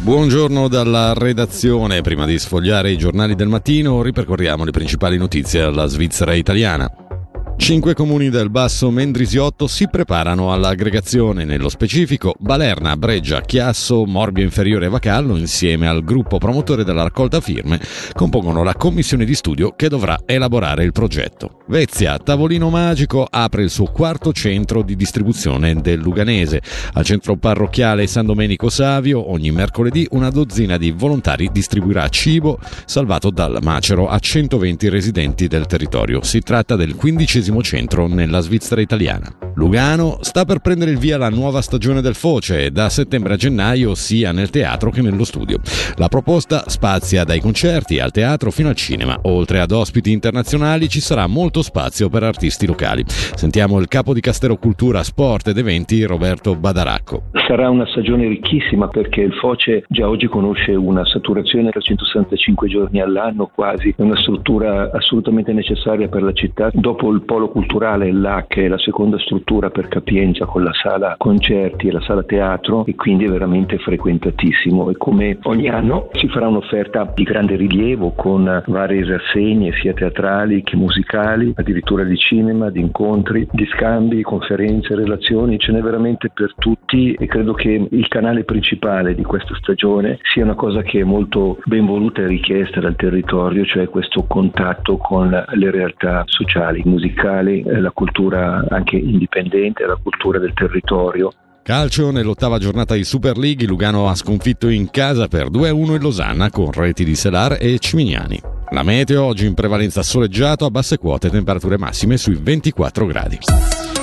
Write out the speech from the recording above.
Buongiorno dalla redazione. Prima di sfogliare i giornali del mattino, ripercorriamo le principali notizie alla Svizzera italiana. 5 comuni del Basso Mendrisiotto si preparano all'aggregazione, nello specifico Balerna, Breggia, Chiasso, Morbio Inferiore e Vacallo, insieme al gruppo promotore della raccolta firme, compongono la commissione di studio che dovrà elaborare il progetto. Vezia, Tavolino Magico, apre il suo quarto centro di distribuzione del Luganese. Al centro parrocchiale San Domenico Savio, ogni mercoledì una dozzina di volontari distribuirà cibo salvato dal macero a 120 residenti del territorio. Si tratta del 15° centro nella Svizzera italiana. Lugano sta per prendere il via la nuova stagione del Foce, da settembre a gennaio sia nel teatro che nello studio. La proposta spazia dai concerti al teatro fino al cinema. Oltre ad ospiti internazionali ci sarà molto spazio per artisti locali. Sentiamo il capo di Castero Cultura, Sport ed Eventi, Roberto Badaracco. Sarà una stagione ricchissima perché il Foce già oggi conosce una saturazione 365 giorni all'anno quasi, è una struttura assolutamente necessaria per la città. Dopo il polo culturale là, che è la seconda struttura per capienza con la sala concerti e la sala teatro, e quindi è veramente frequentatissimo, e come ogni anno si farà un'offerta di grande rilievo con varie rassegne sia teatrali che musicali, addirittura di cinema, di incontri, di scambi, conferenze, relazioni, ce n'è veramente per tutti, e credo che il canale principale di questa stagione sia una cosa che è molto ben voluta e richiesta dal territorio, cioè questo contatto con le realtà sociali, musicali, la cultura anche indipendente, la cultura del territorio. Calcio, nell'8ª giornata di Super League, Lugano ha sconfitto in casa per 2-1 il Losanna con reti di Selar e Cimignani. La meteo oggi in prevalenza soleggiato, a basse quote, temperature massime sui 24 gradi.